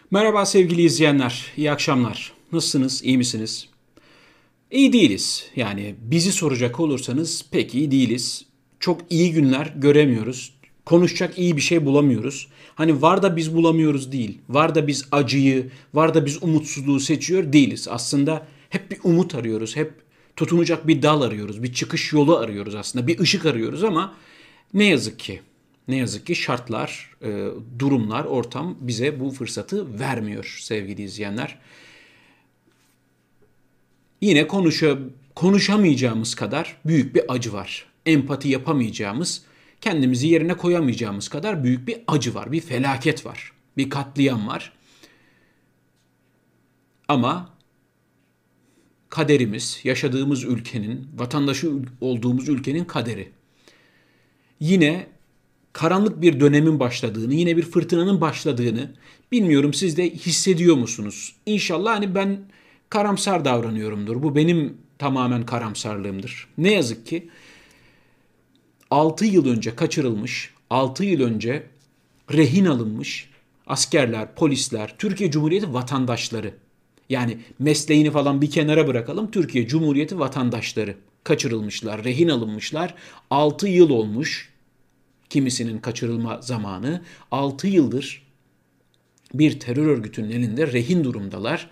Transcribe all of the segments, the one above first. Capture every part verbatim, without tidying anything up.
Merhaba sevgili izleyenler, iyi akşamlar. Nasılsınız, iyi misiniz? İyi değiliz. Yani bizi soracak olursanız pek iyi değiliz. Çok iyi günler göremiyoruz. Konuşacak iyi bir şey bulamıyoruz. Hani var da biz bulamıyoruz değil. Var da biz acıyı, var da biz umutsuzluğu seçiyor değiliz. Aslında hep bir umut arıyoruz. Hep tutunacak bir dal arıyoruz. Bir çıkış yolu arıyoruz aslında. Bir ışık arıyoruz ama ne yazık ki, ne yazık ki şartlar, e, durumlar, ortam bize bu fırsatı vermiyor sevgili izleyenler. Yine konuşa, konuşamayacağımız kadar büyük bir acı var. Empati yapamayacağımız, kendimizi yerine koyamayacağımız kadar büyük bir acı var, bir felaket var, bir katliam var. Ama kaderimiz, yaşadığımız ülkenin, vatandaşı olduğumuz ülkenin kaderi. Yine karanlık bir dönemin başladığını, yine bir fırtınanın başladığını bilmiyorum siz de hissediyor musunuz? İnşallah hani ben karamsar davranıyorumdur. Bu benim tamamen karamsarlığımdır. Ne yazık ki altı yıl önce kaçırılmış, altı yıl önce rehin alınmış askerler, polisler, Türkiye Cumhuriyeti vatandaşları. Yani mesleğini falan bir kenara bırakalım. Türkiye Cumhuriyeti vatandaşları kaçırılmışlar, rehin alınmışlar. altı yıl olmuş kimisinin kaçırılma zamanı. altı yıldır bir terör örgütünün elinde rehin durumdalar.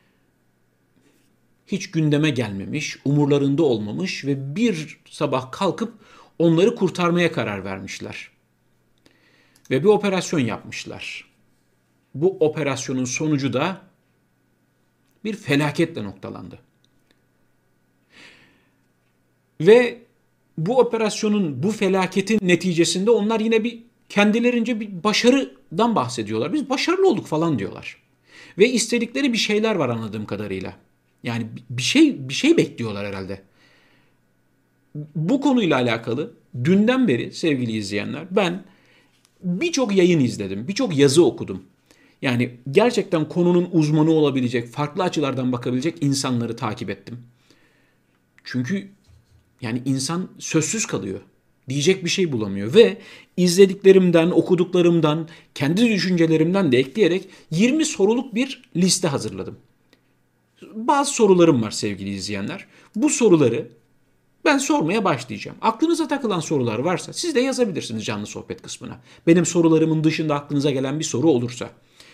Hiç gündeme gelmemiş, umurlarında olmamış ve bir sabah kalkıp onları kurtarmaya karar vermişler. Ve bir operasyon yapmışlar. Bu operasyonun sonucu da bir felaketle noktalandı. Ve bu operasyonun, bu felaketin neticesinde onlar yine bir kendilerince bir başarıdan bahsediyorlar. Biz başarılı olduk falan diyorlar. Ve istedikleri bir şeyler var anladığım kadarıyla. Yani bir şey bir şey bekliyorlar herhalde. Bu konuyla alakalı dünden beri sevgili izleyenler ben birçok yayın izledim, birçok yazı okudum. Yani gerçekten konunun uzmanı olabilecek, farklı açılardan bakabilecek insanları takip ettim. Çünkü yani insan sözsüz kalıyor. Diyecek bir şey bulamıyor ve izlediklerimden, okuduklarımdan, kendi düşüncelerimden de ekleyerek yirmi soruluk bir liste hazırladım. Bazı sorularım var sevgili izleyenler. Bu soruları ben sormaya başlayacağım. Aklınıza takılan sorular varsa siz de yazabilirsiniz canlı sohbet kısmına. Benim sorularımın dışında aklınıza gelen bir soru olursa.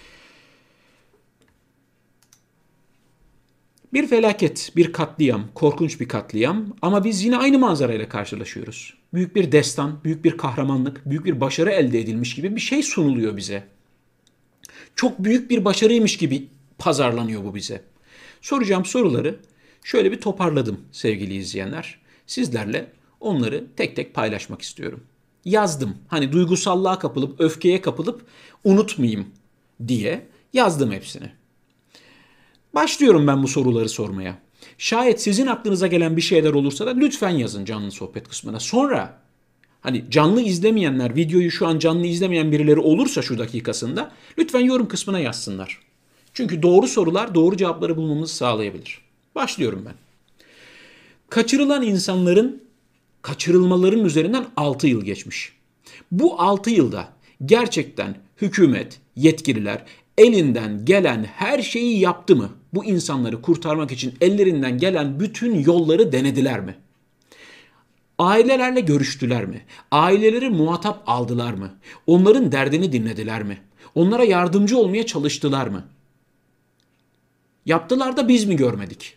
Bir felaket, bir katliam, korkunç bir katliam ama biz yine aynı manzarayla karşılaşıyoruz. Büyük bir destan, büyük bir kahramanlık, büyük bir başarı elde edilmiş gibi bir şey sunuluyor bize. Çok büyük bir başarıymış gibi pazarlanıyor bu bize. Soracağım soruları şöyle bir toparladım sevgili izleyenler. Sizlerle onları tek tek paylaşmak istiyorum. Yazdım. Hani duygusallığa kapılıp, öfkeye kapılıp unutmayayım diye yazdım hepsini. Başlıyorum ben bu soruları sormaya. Şayet sizin aklınıza gelen bir şeyler olursa da lütfen yazın canlı sohbet kısmına. Sonra hani canlı izlemeyenler, videoyu şu an canlı izlemeyen birileri olursa şu dakikasında lütfen yorum kısmına yazsınlar. Çünkü doğru sorular doğru cevapları bulmamızı sağlayabilir. Başlıyorum ben. Kaçırılan insanların kaçırılmaların üzerinden altı yıl geçmiş. Bu altı yılda gerçekten hükümet, yetkililer elinden gelen her şeyi yaptı mı? Bu insanları kurtarmak için ellerinden gelen bütün yolları denediler mi? Ailelerle görüştüler mi? Aileleri muhatap aldılar mı? Onların derdini dinlediler mi? Onlara yardımcı olmaya çalıştılar mı? Yaptılar da biz mi görmedik?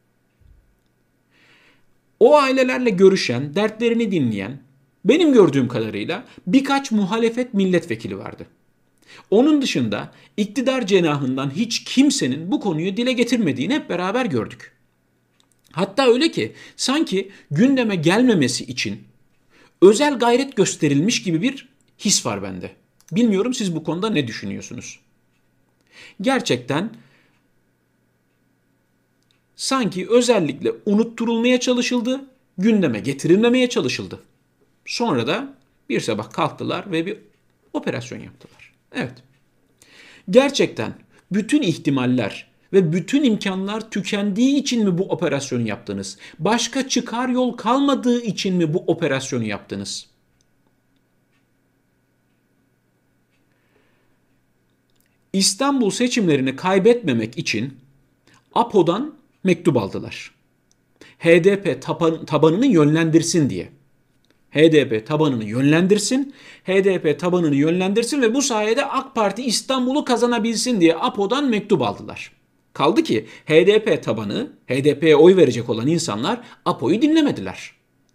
O ailelerle görüşen, dertlerini dinleyen, benim gördüğüm kadarıyla birkaç muhalefet milletvekili vardı. Onun dışında iktidar cenahından hiç kimsenin bu konuyu dile getirmediğini hep beraber gördük. Hatta öyle ki sanki gündeme gelmemesi için özel gayret gösterilmiş gibi bir his var bende. Bilmiyorum siz bu konuda ne düşünüyorsunuz? Gerçekten sanki özellikle unutturulmaya çalışıldı, gündeme getirilmemeye çalışıldı. Sonra da bir sabah kalktılar ve bir operasyon yaptılar. Evet. Gerçekten bütün ihtimaller ve bütün imkanlar tükendiği için mi bu operasyonu yaptınız? Başka çıkar yol kalmadığı için mi bu operasyonu yaptınız? İstanbul seçimlerini kaybetmemek için APO'dan mektup aldılar. H D P taban, tabanını yönlendirsin diye. H D P tabanını yönlendirsin, H D P tabanını yönlendirsin ve bu sayede AK Parti İstanbul'u kazanabilsin diye APO'dan mektup aldılar. Kaldı ki H D P tabanı, H D P'ye oy verecek olan insanlar APO'yu dinlemediler.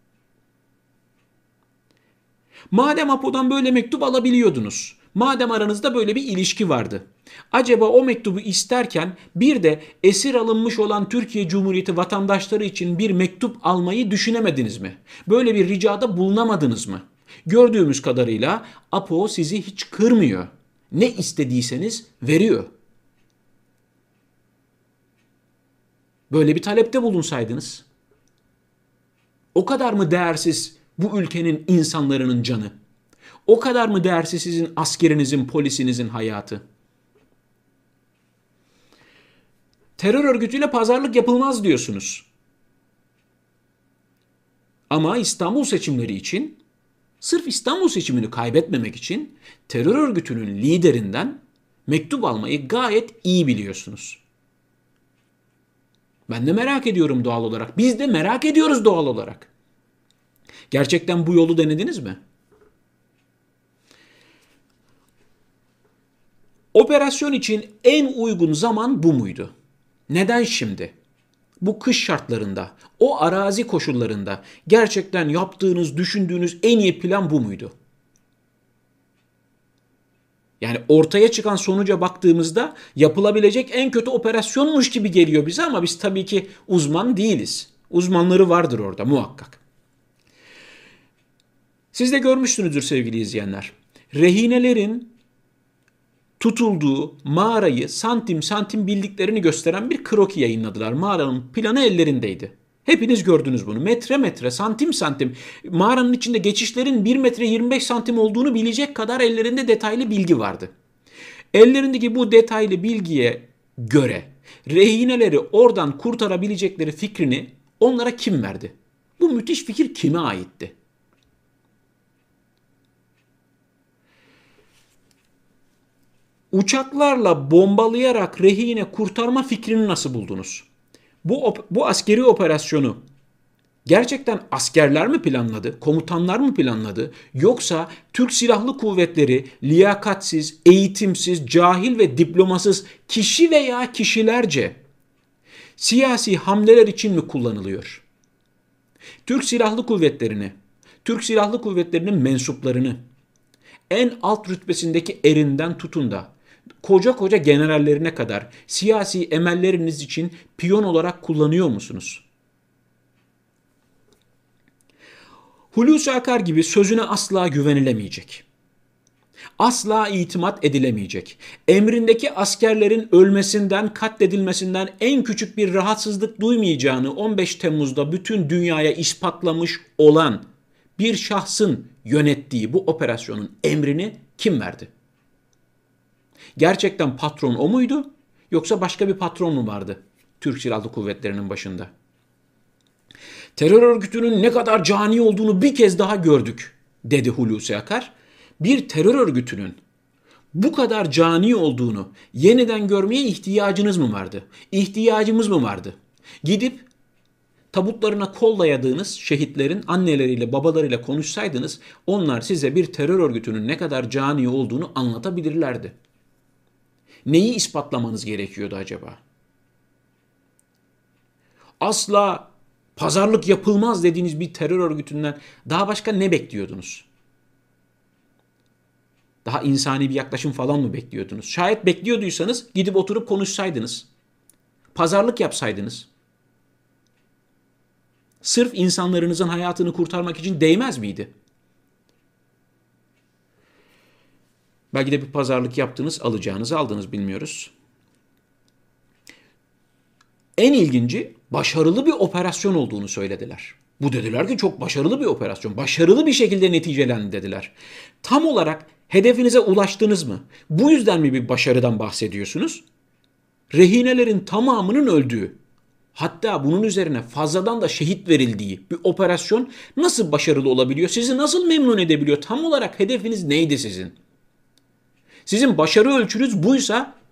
Madem APO'dan böyle mektup alabiliyordunuz, madem aranızda böyle bir ilişki vardı, acaba o mektubu isterken bir de esir alınmış olan Türkiye Cumhuriyeti vatandaşları için bir mektup almayı düşünemediniz mi? Böyle bir ricada bulunamadınız mı? Gördüğümüz kadarıyla APO sizi hiç kırmıyor. Ne istediyseniz veriyor. Böyle bir talepte bulunsaydınız. O kadar mı değersiz bu ülkenin insanların canı? O kadar mı değersiz sizin askerinizin, polisinizin hayatı? Terör örgütüyle pazarlık yapılmaz diyorsunuz. Ama İstanbul seçimleri için, sırf İstanbul seçimini kaybetmemek için terör örgütünün liderinden mektup almayı gayet iyi biliyorsunuz. Ben de merak ediyorum doğal olarak. Biz de merak ediyoruz doğal olarak. Gerçekten bu yolu denediniz mi? Operasyon için en uygun zaman bu muydu? Neden şimdi? Bu kış şartlarında, o arazi koşullarında gerçekten yaptığınız, düşündüğünüz en iyi plan bu muydu? Yani ortaya çıkan sonuca baktığımızda yapılabilecek en kötü operasyonmuş gibi geliyor bize ama biz tabii ki uzman değiliz. Uzmanları vardır orada muhakkak. Siz de görmüşsünüzdür sevgili izleyenler. Rehinelerin tutulduğu mağarayı santim santim bildiklerini gösteren bir kroki yayınladılar. Mağaranın planı ellerindeydi. Hepiniz gördünüz bunu. Metre metre, santim santim. Mağaranın içinde geçişlerin bir metre yirmi beş santim olduğunu bilecek kadar ellerinde detaylı bilgi vardı. Ellerindeki bu detaylı bilgiye göre rehineleri oradan kurtarabilecekleri fikrini onlara kim verdi? Bu müthiş fikir kime aitti? Uçaklarla bombalayarak rehine kurtarma fikrini nasıl buldunuz? Bu, bu askeri operasyonu gerçekten askerler mi planladı, komutanlar mı planladı? Yoksa Türk Silahlı Kuvvetleri liyakatsiz, eğitimsiz, cahil ve diplomasız kişi veya kişilerce siyasi hamleler için mi kullanılıyor? Türk Silahlı Kuvvetleri'ni, Türk Silahlı Kuvvetleri'nin mensuplarını, en alt rütbesindeki erinden tutun da koca koca generallerine kadar siyasi emelleriniz için piyon olarak kullanıyor musunuz? Hulusi Akar gibi sözüne asla güvenilemeyecek. Asla itimat edilemeyecek. Emrindeki askerlerin ölmesinden, katledilmesinden en küçük bir rahatsızlık duymayacağını on beş Temmuz'da bütün dünyaya ispatlamış olan bir şahsın yönettiği bu operasyonun emrini kim verdi? Gerçekten patron o muydu? Yoksa başka bir patron mu vardı Türk Silahlı Kuvvetleri'nin başında? Terör örgütünün ne kadar cani olduğunu bir kez daha gördük, dedi Hulusi Akar. Bir terör örgütünün bu kadar cani olduğunu yeniden görmeye ihtiyacınız mı vardı? İhtiyacımız mı vardı? Gidip tabutlarına kol dayadığınız şehitlerin anneleriyle babalarıyla konuşsaydınız onlar size bir terör örgütünün ne kadar cani olduğunu anlatabilirlerdi. Neyi ispatlamanız gerekiyordu acaba? Asla pazarlık yapılmaz dediğiniz bir terör örgütünden daha başka ne bekliyordunuz? Daha insani bir yaklaşım falan mı bekliyordunuz? Şayet bekliyorduysanız gidip oturup konuşsaydınız. Pazarlık yapsaydınız. Sırf insanlarınızın hayatını kurtarmak için değmez miydi? Belki de bir pazarlık yaptınız, alacağınızı aldınız bilmiyoruz. En ilginci başarılı bir operasyon olduğunu söylediler. Bu dediler ki çok başarılı bir operasyon, başarılı bir şekilde neticelendi dediler. Tam olarak hedefinize ulaştınız mı? Bu yüzden mi bir başarıdan bahsediyorsunuz? Rehinelerin tamamının öldüğü, hatta bunun üzerine fazladan da şehit verildiği bir operasyon nasıl başarılı olabiliyor? Sizi nasıl memnun edebiliyor? Tam olarak hedefiniz neydi sizin? Sizin başarı ölçünüz buysa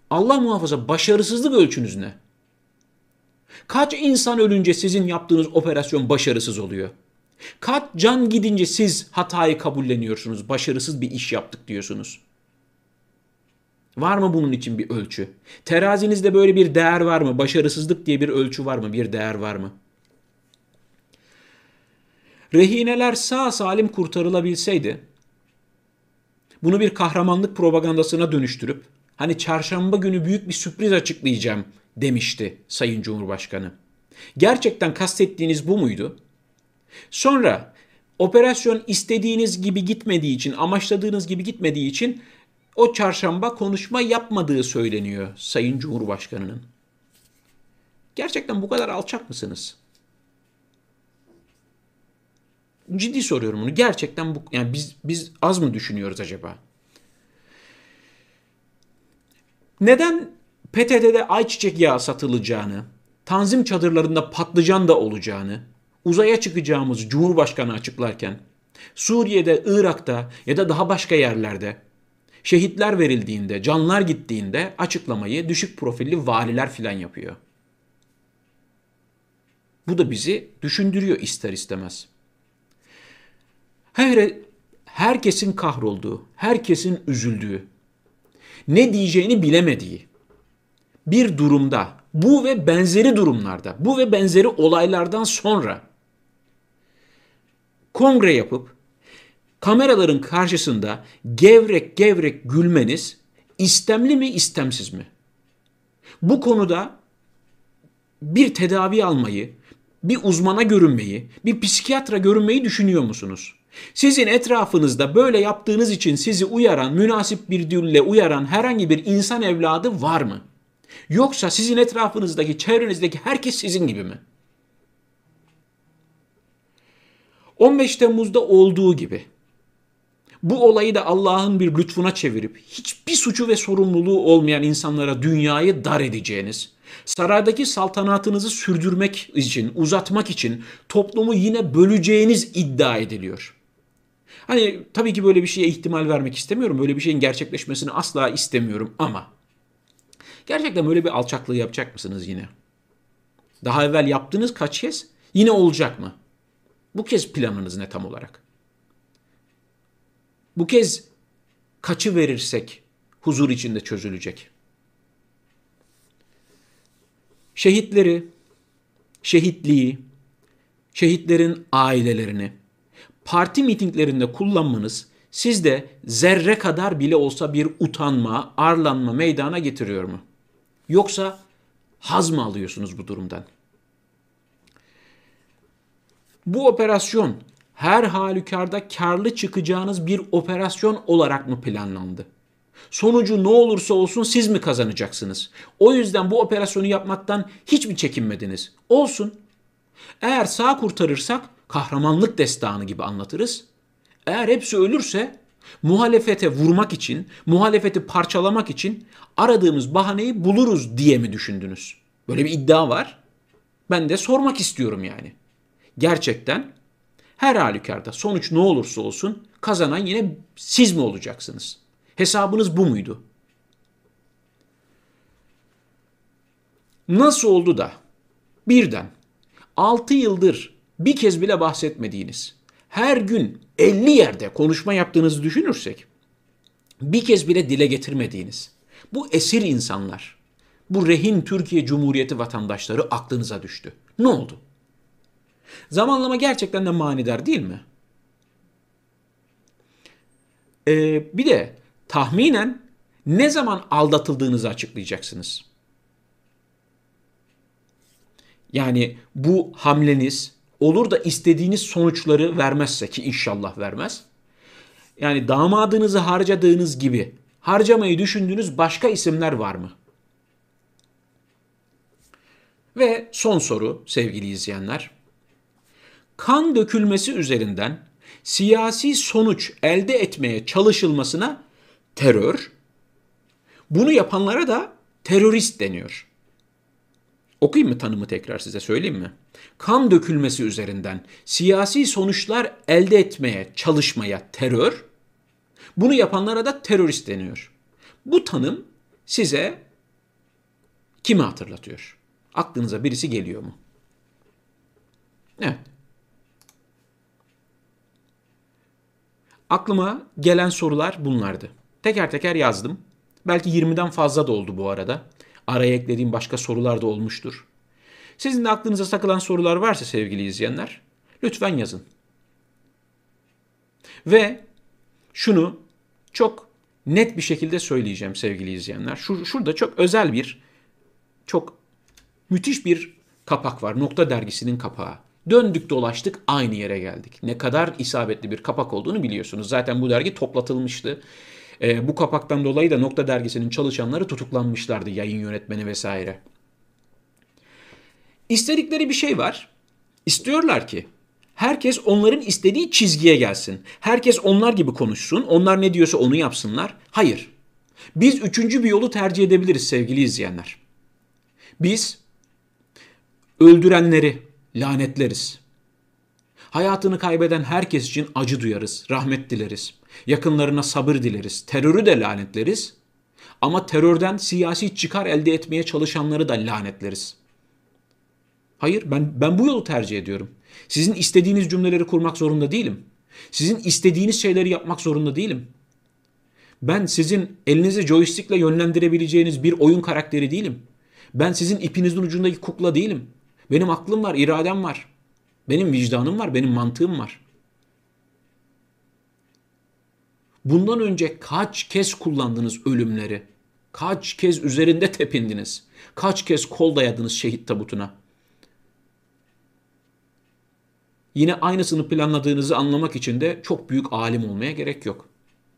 Allah muhafaza, başarısızlık ölçünüz ne? Kaç insan ölünce sizin yaptığınız operasyon başarısız oluyor? Kaç can gidince siz hatayı kabulleniyorsunuz, başarısız bir iş yaptık diyorsunuz? Var mı bunun için bir ölçü? Terazinizde böyle bir değer var mı? Başarısızlık diye bir ölçü var mı? Bir değer var mı? Rehineler sağ salim kurtarılabilseydi, bunu bir kahramanlık propagandasına dönüştürüp, hani çarşamba günü büyük bir sürpriz açıklayacağım demişti Sayın Cumhurbaşkanı. Gerçekten kastettiğiniz bu muydu? Sonra operasyon istediğiniz gibi gitmediği için, amaçladığınız gibi gitmediği için o çarşamba konuşma yapmadığı söyleniyor Sayın Cumhurbaşkanı'nın. Gerçekten bu kadar alçak mısınız? Ciddi soruyorum bunu. Gerçekten bu, yani biz biz az mı düşünüyoruz acaba? Neden P T T'de ayçiçek yağı satılacağını, tanzim çadırlarında patlıcan da olacağını, uzaya çıkacağımız Cumhurbaşkanı açıklarken, Suriye'de, Irak'ta ya da daha başka yerlerde şehitler verildiğinde, canlar gittiğinde açıklamayı düşük profilli valiler filan yapıyor. Bu da bizi düşündürüyor ister istemez. Her, herkesin kahrolduğu, herkesin üzüldüğü, ne diyeceğini bilemediği bir durumda, bu ve benzeri durumlarda, bu ve benzeri olaylardan sonra kongre yapıp kameraların karşısında gevrek gevrek gülmeniz istemli mi, istemsiz mi? Bu konuda bir tedavi almayı, bir uzmana görünmeyi, bir psikiyatra görünmeyi düşünüyor musunuz? Sizin etrafınızda böyle yaptığınız için sizi uyaran, münasip bir dille uyaran herhangi bir insan evladı var mı? Yoksa sizin etrafınızdaki, çevrenizdeki herkes sizin gibi mi? on beş Temmuz'da olduğu gibi bu olayı da Allah'ın bir lütfuna çevirip hiçbir suçu ve sorumluluğu olmayan insanlara dünyayı dar edeceğiniz, saraydaki saltanatınızı sürdürmek için, uzatmak için toplumu yine böleceğiniz iddia ediliyor. Hani tabii ki böyle bir şeye ihtimal vermek istemiyorum. Böyle bir şeyin gerçekleşmesini asla istemiyorum ama gerçekten böyle bir alçaklığı yapacak mısınız yine? Daha evvel yaptığınız kaç kez yine olacak mı? Bu kez planınız ne tam olarak? Bu kez kaçı verirsek huzur içinde çözülecek? Şehitleri, şehitliği, şehitlerin ailelerini parti mitinglerinde kullanmanız sizde zerre kadar bile olsa bir utanma, arlanma meydana getiriyor mu? Yoksa haz mı alıyorsunuz bu durumdan? Bu operasyon her halükarda karlı çıkacağınız bir operasyon olarak mı planlandı? Sonucu ne olursa olsun siz mi kazanacaksınız? O yüzden bu operasyonu yapmaktan hiç mi çekinmediniz? Olsun. Eğer sağ kurtarırsak kahramanlık destanı gibi anlatırız. Eğer hepsi ölürse muhalefete vurmak için, muhalefeti parçalamak için aradığımız bahaneyi buluruz diye mi düşündünüz? Böyle bir iddia var. Ben de sormak istiyorum yani. Gerçekten her halükarda sonuç ne olursa olsun kazanan yine siz mi olacaksınız? Hesabınız bu muydu? Nasıl oldu da birden altı yıldır bir kez bile bahsetmediğiniz, her gün elli yerde konuşma yaptığınızı düşünürsek, bir kez bile dile getirmediğiniz bu esir insanlar, bu rehin Türkiye Cumhuriyeti vatandaşları aklınıza düştü. Ne oldu? Zamanlama gerçekten de manidar değil mi? Ee, bir de tahminen ne zaman aldatıldığınızı açıklayacaksınız. Yani bu hamleniz olur da istediğiniz sonuçları vermezse, ki inşallah vermez. Yani damadınızı harcadığınız gibi harcamayı düşündüğünüz başka isimler var mı? Ve son soru sevgili izleyenler. Kan dökülmesi üzerinden siyasi sonuç elde etmeye çalışılmasına terör, bunu yapanlara da terörist deniyor. Okuyayım mı tanımı, tekrar size söyleyeyim mi? Kan dökülmesi üzerinden siyasi sonuçlar elde etmeye çalışmaya terör, bunu yapanlara da terörist deniyor. Bu tanım size Kimi hatırlatıyor? Aklınıza birisi geliyor mu? Evet. Aklıma gelen sorular bunlardı. Teker teker yazdım. Belki yirmiden fazla da oldu bu arada. Araya eklediğim başka sorular da olmuştur. Sizin de aklınıza takılan sorular varsa sevgili izleyenler, lütfen yazın. Ve şunu çok net bir şekilde söyleyeceğim sevgili izleyenler. Şur şurada çok özel bir, çok müthiş bir kapak var. Nokta dergisinin kapağı. Döndük dolaştık aynı yere geldik. Ne kadar isabetli bir kapak olduğunu biliyorsunuz. Zaten bu dergi toplatılmıştı. E, bu kapaktan dolayı da Nokta dergisinin çalışanları tutuklanmışlardı. Yayın yönetmeni vesaire. İstedikleri bir şey var. İstiyorlar ki herkes onların istediği çizgiye gelsin. Herkes onlar gibi konuşsun. Onlar ne diyorsa onu yapsınlar. Hayır. Biz üçüncü bir yolu tercih edebiliriz sevgili izleyenler. Biz öldürenleri lanetleriz. Hayatını kaybeden herkes için acı duyarız, rahmet dileriz. Yakınlarına sabır dileriz. Terörü de lanetleriz. Ama terörden siyasi çıkar elde etmeye çalışanları da lanetleriz. Hayır, ben ben bu yolu tercih ediyorum. Sizin istediğiniz cümleleri kurmak zorunda değilim. Sizin istediğiniz şeyleri yapmak zorunda değilim. Ben sizin elinizi joystickle yönlendirebileceğiniz bir oyun karakteri değilim. Ben sizin ipinizin ucundaki kukla değilim. Benim aklım var, iradem var. Benim vicdanım var, benim mantığım var. Bundan önce kaç kez kullandınız ölümleri? Kaç kez üzerinde tepindiniz? Kaç kez kol dayadınız şehit tabutuna? Yine aynısını planladığınızı anlamak için de çok büyük alim olmaya gerek yok.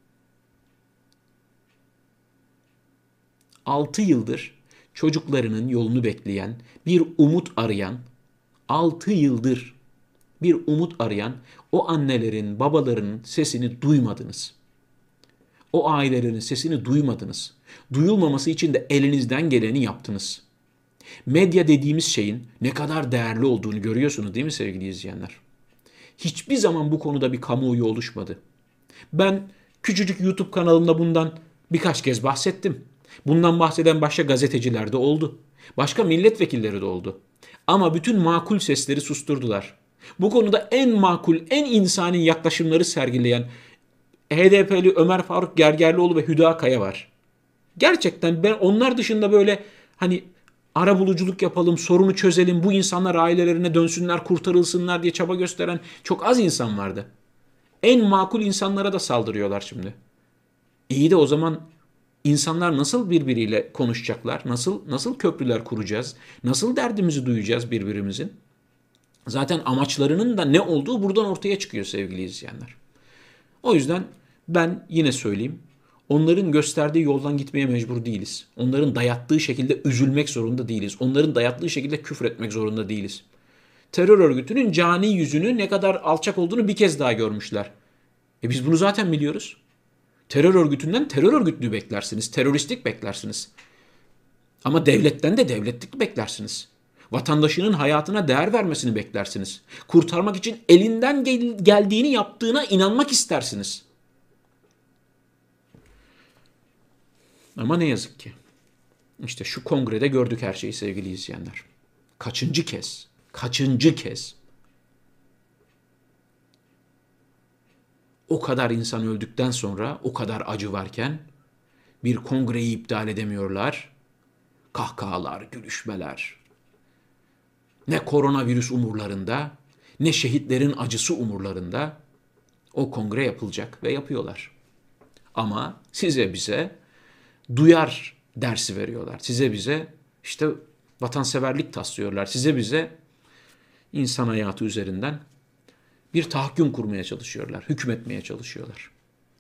altı yıldır çocuklarının yolunu bekleyen, bir umut arayan, altı yıldır bir umut arayan o annelerin, babaların sesini duymadınız. O ailelerin sesini duymadınız. Duyulmaması için de elinizden geleni yaptınız. Medya dediğimiz şeyin ne kadar değerli olduğunu görüyorsunuz değil mi sevgili izleyenler? Hiçbir zaman bu konuda bir kamuoyu oluşmadı. Ben küçücük YouTube kanalımda bundan birkaç kez bahsettim. Bundan bahseden başka gazeteciler de oldu. Başka milletvekilleri de oldu. Ama bütün makul sesleri susturdular. Bu konuda en makul, en insani yaklaşımları sergileyen H D P'li Ömer Faruk Gergerlioğlu ve Hüda Kaya var. Gerçekten ben onlar dışında böyle hani arabuluculuk yapalım, sorunu çözelim, bu insanlar ailelerine dönsünler, kurtarılsınlar diye çaba gösteren çok az insan vardı. En makul insanlara da saldırıyorlar şimdi. İyi de o zaman insanlar nasıl birbiriyle konuşacaklar? Nasıl nasıl köprüler kuracağız? Nasıl derdimizi duyacağız birbirimizin? Zaten amaçlarının da ne olduğu buradan ortaya çıkıyor sevgili izleyenler. O yüzden ben yine söyleyeyim. Onların gösterdiği yoldan gitmeye mecbur değiliz. Onların dayattığı şekilde üzülmek zorunda değiliz. Onların dayattığı şekilde küfür etmek zorunda değiliz. Terör örgütünün cani yüzünü ne kadar alçak olduğunu bir kez daha görmüşler. E biz bunu zaten biliyoruz. Terör örgütünden terör örgütlüğü beklersiniz. Teröristlik beklersiniz. Ama devletten de devletlik beklersiniz. Vatandaşının hayatına değer vermesini beklersiniz. Kurtarmak için elinden gel- geldiğini yaptığına inanmak istersiniz. Ama ne yazık ki. İşte şu kongrede gördük her şeyi sevgili izleyenler. Kaçıncı kez? Kaçıncı kez? O kadar insan öldükten sonra, o kadar acı varken bir kongreyi iptal edemiyorlar. Kahkahalar, gülüşmeler. Ne koronavirüs umurlarında, ne şehitlerin acısı umurlarında. O kongre yapılacak ve yapıyorlar. Ama size bize duyar dersi veriyorlar. Size bize işte vatanseverlik taslıyorlar. Size bize insan hayatı üzerinden bir tahakküm kurmaya çalışıyorlar. Hükmetmeye çalışıyorlar.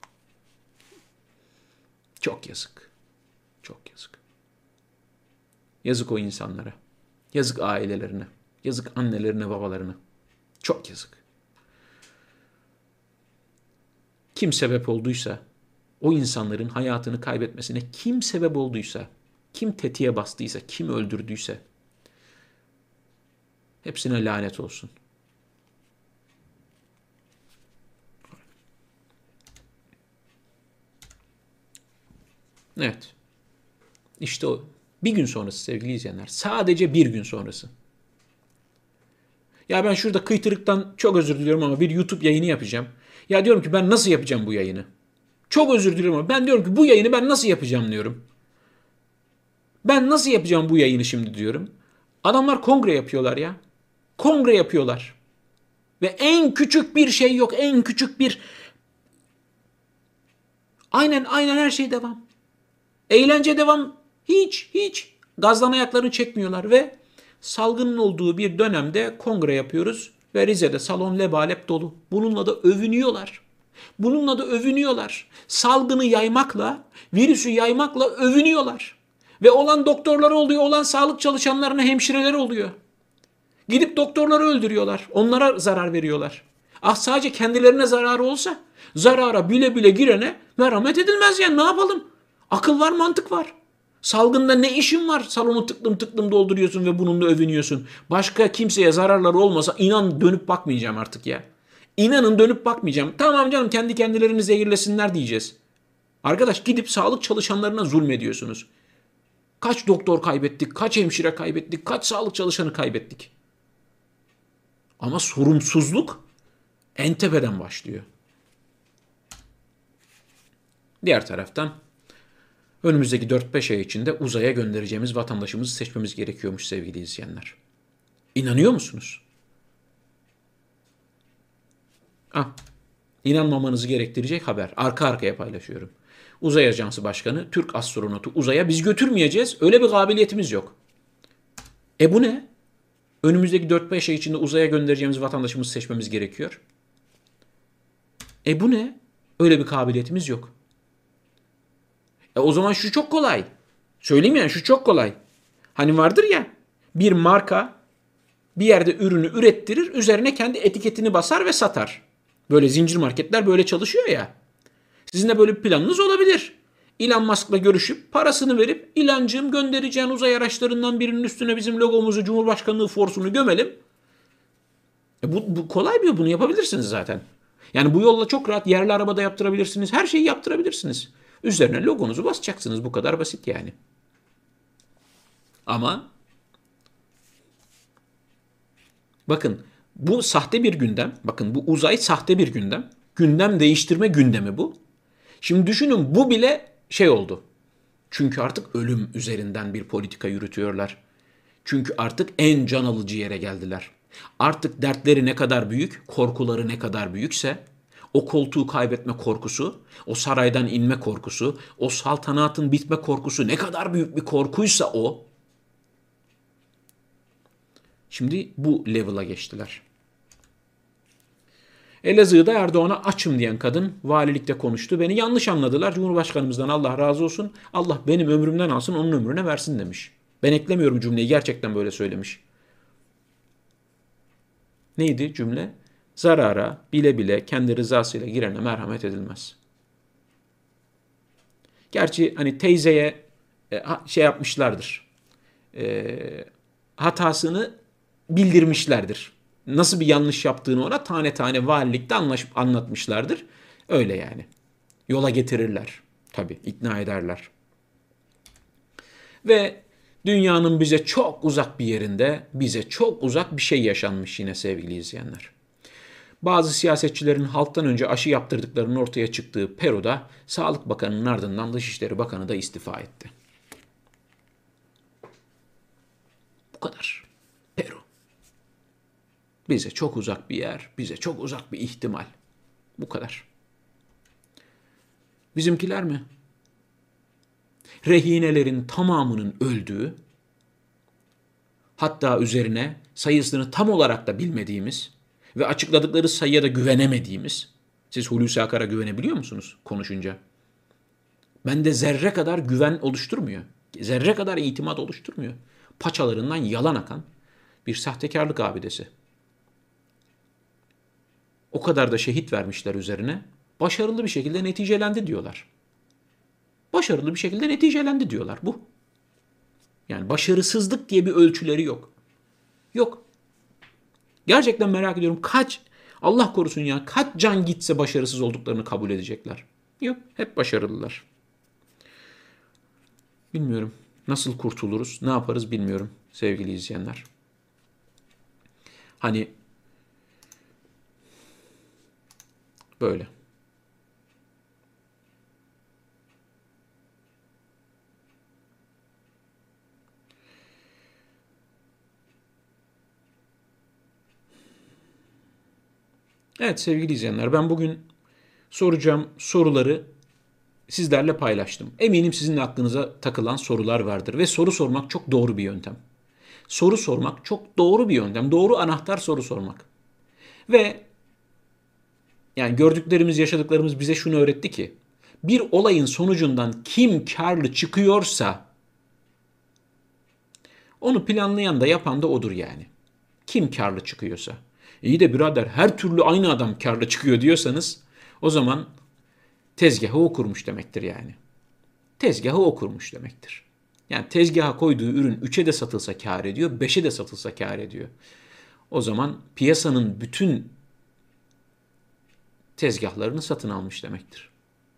Çok yazık. Çok yazık. Yazık o insanlara. Yazık ailelerine. Yazık annelerine, babalarına. Çok yazık. Kim sebep olduysa, o insanların hayatını kaybetmesine kim sebep olduysa, kim tetiğe bastıysa, kim öldürdüyse hepsine lanet olsun. Evet. İşte o. Bir gün sonrası sevgili izleyenler. Sadece bir gün sonrası. Ya ben şurada kıytırıktan çok özür diliyorum ama bir YouTube yayını yapacağım. Ya diyorum ki ben nasıl yapacağım bu yayını? Çok özür diliyorum ama ben diyorum ki bu yayını ben nasıl yapacağım diyorum. Ben nasıl yapacağım bu yayını şimdi diyorum. Adamlar kongre yapıyorlar ya. Kongre yapıyorlar. Ve en küçük bir şey yok. En küçük bir... Aynen aynen her şey devam. Eğlence devam. Hiç hiç gazdan ayaklarını çekmiyorlar ve salgının olduğu bir dönemde kongre yapıyoruz ve Rize'de salon lebalep dolu. Bununla da övünüyorlar. Bununla da övünüyorlar. Salgını yaymakla, virüsü yaymakla övünüyorlar. Ve olan doktorları oluyor, olan sağlık çalışanlarına hemşireleri oluyor. Gidip doktorları öldürüyorlar. Onlara zarar veriyorlar. Ah sadece kendilerine zararı olsa zarara bile bile girene merhamet edilmez yani ne yapalım? Akıl var, mantık var. Salgında ne işin var? Salonu tıklım tıklım dolduruyorsun ve bununla övünüyorsun. Başka kimseye zararları olmasa inan dönüp bakmayacağım artık ya. İnanın dönüp bakmayacağım. Tamam canım kendi kendilerini zehirlesinler diyeceğiz. Arkadaş gidip sağlık çalışanlarına zulmediyorsunuz. Kaç doktor kaybettik, kaç hemşire kaybettik, kaç sağlık çalışanı kaybettik. Ama sorumsuzluk en tepeden başlıyor. Diğer taraftan önümüzdeki dört beş ay içinde uzaya göndereceğimiz vatandaşımızı seçmemiz gerekiyormuş sevgili izleyenler. İnanıyor musunuz? Ah, inanmamanızı gerektirecek haber. Arka arkaya paylaşıyorum. Uzay Ajansı Başkanı, Türk astronotu uzaya biz götürmeyeceğiz. Öyle bir kabiliyetimiz yok. E bu ne? Önümüzdeki dört beş ay içinde uzaya göndereceğimiz vatandaşımızı seçmemiz gerekiyor. E bu ne? Öyle bir kabiliyetimiz yok. E o zaman şu çok kolay. Söyleyeyim yani şu çok kolay. Hani vardır ya bir marka bir yerde ürünü ürettirir, üzerine kendi etiketini basar ve satar. Böyle zincir marketler böyle çalışıyor ya. Sizin de böyle bir planınız olabilir. Elon Musk'la görüşüp parasını verip İlancığım göndereceğin uzay araçlarından birinin üstüne bizim logomuzu, Cumhurbaşkanlığı forsunu gömelim. E bu, bu kolay bir yol. Bunu yapabilirsiniz zaten. Yani bu yolla çok rahat yerli arabada yaptırabilirsiniz. Her şeyi yaptırabilirsiniz. Üzerine logonuzu basacaksınız. Bu kadar basit yani. Ama bakın bu sahte bir gündem. Bakın bu uzay sahte bir gündem. Gündem değiştirme gündemi bu. Şimdi düşünün bu bile şey oldu. Çünkü artık ölüm üzerinden bir politika yürütüyorlar. Çünkü artık en can alıcı yere geldiler. Artık dertleri ne kadar büyük, korkuları ne kadar büyükse, o koltuğu kaybetme korkusu, o saraydan inme korkusu, o saltanatın bitme korkusu ne kadar büyük bir korkuysa o, şimdi bu level'a geçtiler. Elazığ'da Erdoğan'a açım diyen kadın valilikte konuştu. Beni yanlış anladılar. Cumhurbaşkanımızdan Allah razı olsun. Allah benim ömrümden alsın onun ömrüne versin demiş. Ben eklemiyorum cümleyi. Gerçekten böyle söylemiş. Neydi cümle? Zarara bile bile kendi rızasıyla girene merhamet edilmez. Gerçi hani teyzeye e, şey yapmışlardır. E, hatasını bildirmişlerdir. Nasıl bir yanlış yaptığını ona tane tane valilikte anlaş, anlatmışlardır. Öyle yani. Yola getirirler. Tabii ikna ederler. Ve dünyanın bize çok uzak bir yerinde bize çok uzak bir şey yaşanmış yine sevgili izleyenler. Bazı siyasetçilerin halktan önce aşı yaptırdıklarının ortaya çıktığı Peru'da Sağlık Bakanı'nın ardından Dışişleri Bakanı da istifa etti. Bu kadar. Peru. Bize çok uzak bir yer, bize çok uzak bir ihtimal. Bu kadar. Bizimkiler mi? Rehinelerin tamamının öldüğü, hatta üzerine sayısını tam olarak da bilmediğimiz ve açıkladıkları sayıya da güvenemediğimiz, siz Hulusi Akar'a güvenebiliyor musunuz konuşunca? Bende zerre kadar güven oluşturmuyor. Zerre kadar itimat oluşturmuyor. Paçalarından yalan akan bir sahtekarlık abidesi. O kadar da şehit vermişler üzerine. Başarılı bir şekilde neticelendi diyorlar. Başarılı bir şekilde neticelendi diyorlar bu. Yani başarısızlık diye bir ölçüleri yok. Yok. Gerçekten merak ediyorum kaç, Allah korusun ya, kaç can gitse başarısız olduklarını kabul edecekler. Yok, hep başarılılar. Bilmiyorum. Nasıl kurtuluruz, ne yaparız bilmiyorum sevgili izleyenler. Hani böyle. Evet sevgili izleyenler, ben bugün soracağım soruları sizlerle paylaştım. Eminim sizin de aklınıza takılan sorular vardır ve soru sormak çok doğru bir yöntem. Soru sormak çok doğru bir yöntem. Doğru anahtar soru sormak. Ve yani gördüklerimiz, yaşadıklarımız bize şunu öğretti ki bir olayın sonucundan kim karlı çıkıyorsa onu planlayan da yapan da odur yani. Kim karlı çıkıyorsa. İyi de birader her türlü aynı adam karlı çıkıyor diyorsanız o zaman tezgahı o kurmuş demektir yani. Tezgahı o kurmuş demektir. Yani tezgaha koyduğu ürün üçe de satılsa kar ediyor, beşe de satılsa kar ediyor. O zaman piyasanın bütün tezgahlarını satın almış demektir.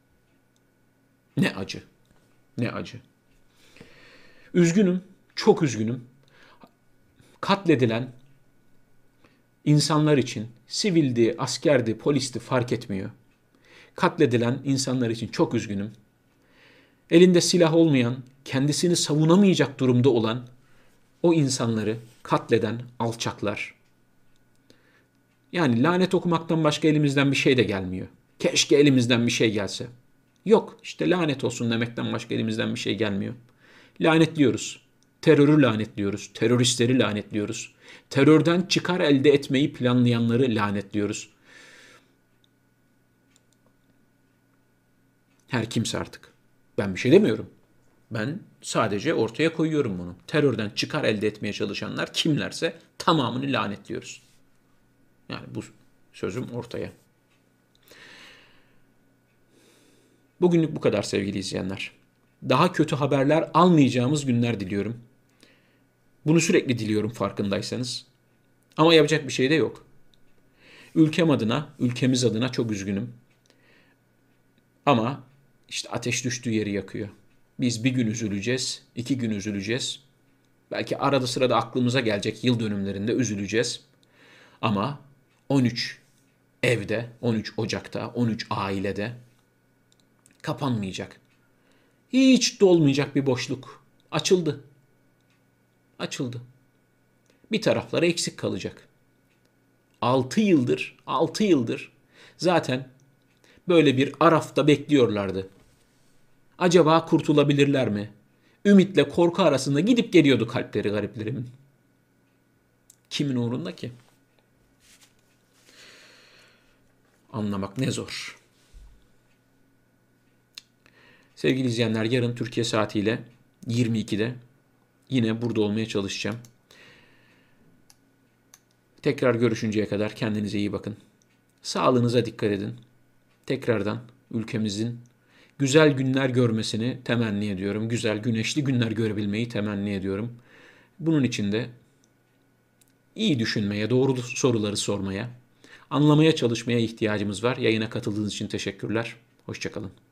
Ne acı, ne acı. Üzgünüm, çok üzgünüm. Katledilen insanlar için sivildi, askerdi, polisti fark etmiyor. Katledilen insanlar için çok üzgünüm. Elinde silah olmayan, kendisini savunamayacak durumda olan o insanları katleden alçaklar. Yani lanet okumaktan başka elimizden bir şey de gelmiyor. Keşke elimizden bir şey gelse. Yok, işte lanet olsun demekten başka elimizden bir şey gelmiyor. Lanetliyoruz. Terörü lanetliyoruz. Teröristleri lanetliyoruz. Terörden çıkar elde etmeyi planlayanları lanetliyoruz. Her kimse artık. Ben bir şey demiyorum. Ben sadece ortaya koyuyorum bunu. Terörden çıkar elde etmeye çalışanlar kimlerse tamamını lanetliyoruz. Yani bu sözüm ortaya. Bugünlük bu kadar sevgili izleyenler. Daha kötü haberler almayacağımız günler diliyorum. Bunu sürekli diliyorum farkındaysanız. Ama yapacak bir şey de yok. Ülkem adına, ülkemiz adına çok üzgünüm. Ama işte ateş düştüğü yeri yakıyor. Biz bir gün üzüleceğiz, iki gün üzüleceğiz. Belki arada sırada aklımıza gelecek yıl dönümlerinde üzüleceğiz. Ama on üç evde, on üç Ocak'ta, on üç ailede kapanmayacak. Hiç dolmayacak bir boşluk. Açıldı. Açıldı. Bir tarafları eksik kalacak. Altı yıldır, altı yıldır zaten böyle bir arafta bekliyorlardı. Acaba kurtulabilirler mi? Ümitle korku arasında gidip geliyordu kalpleri gariplerimin. Kimin uğrunda ki? Anlamak ne zor. Sevgili izleyenler, yarın Türkiye saatiyle yirmi ikide yine burada olmaya çalışacağım. Tekrar görüşünceye kadar kendinize iyi bakın. Sağlığınıza dikkat edin. Tekrardan ülkemizin güzel günler görmesini temenni ediyorum. Güzel, güneşli günler görebilmeyi temenni ediyorum. Bunun için de iyi düşünmeye, doğru soruları sormaya, anlamaya çalışmaya ihtiyacımız var. Yayına katıldığınız için teşekkürler. Hoşça kalın.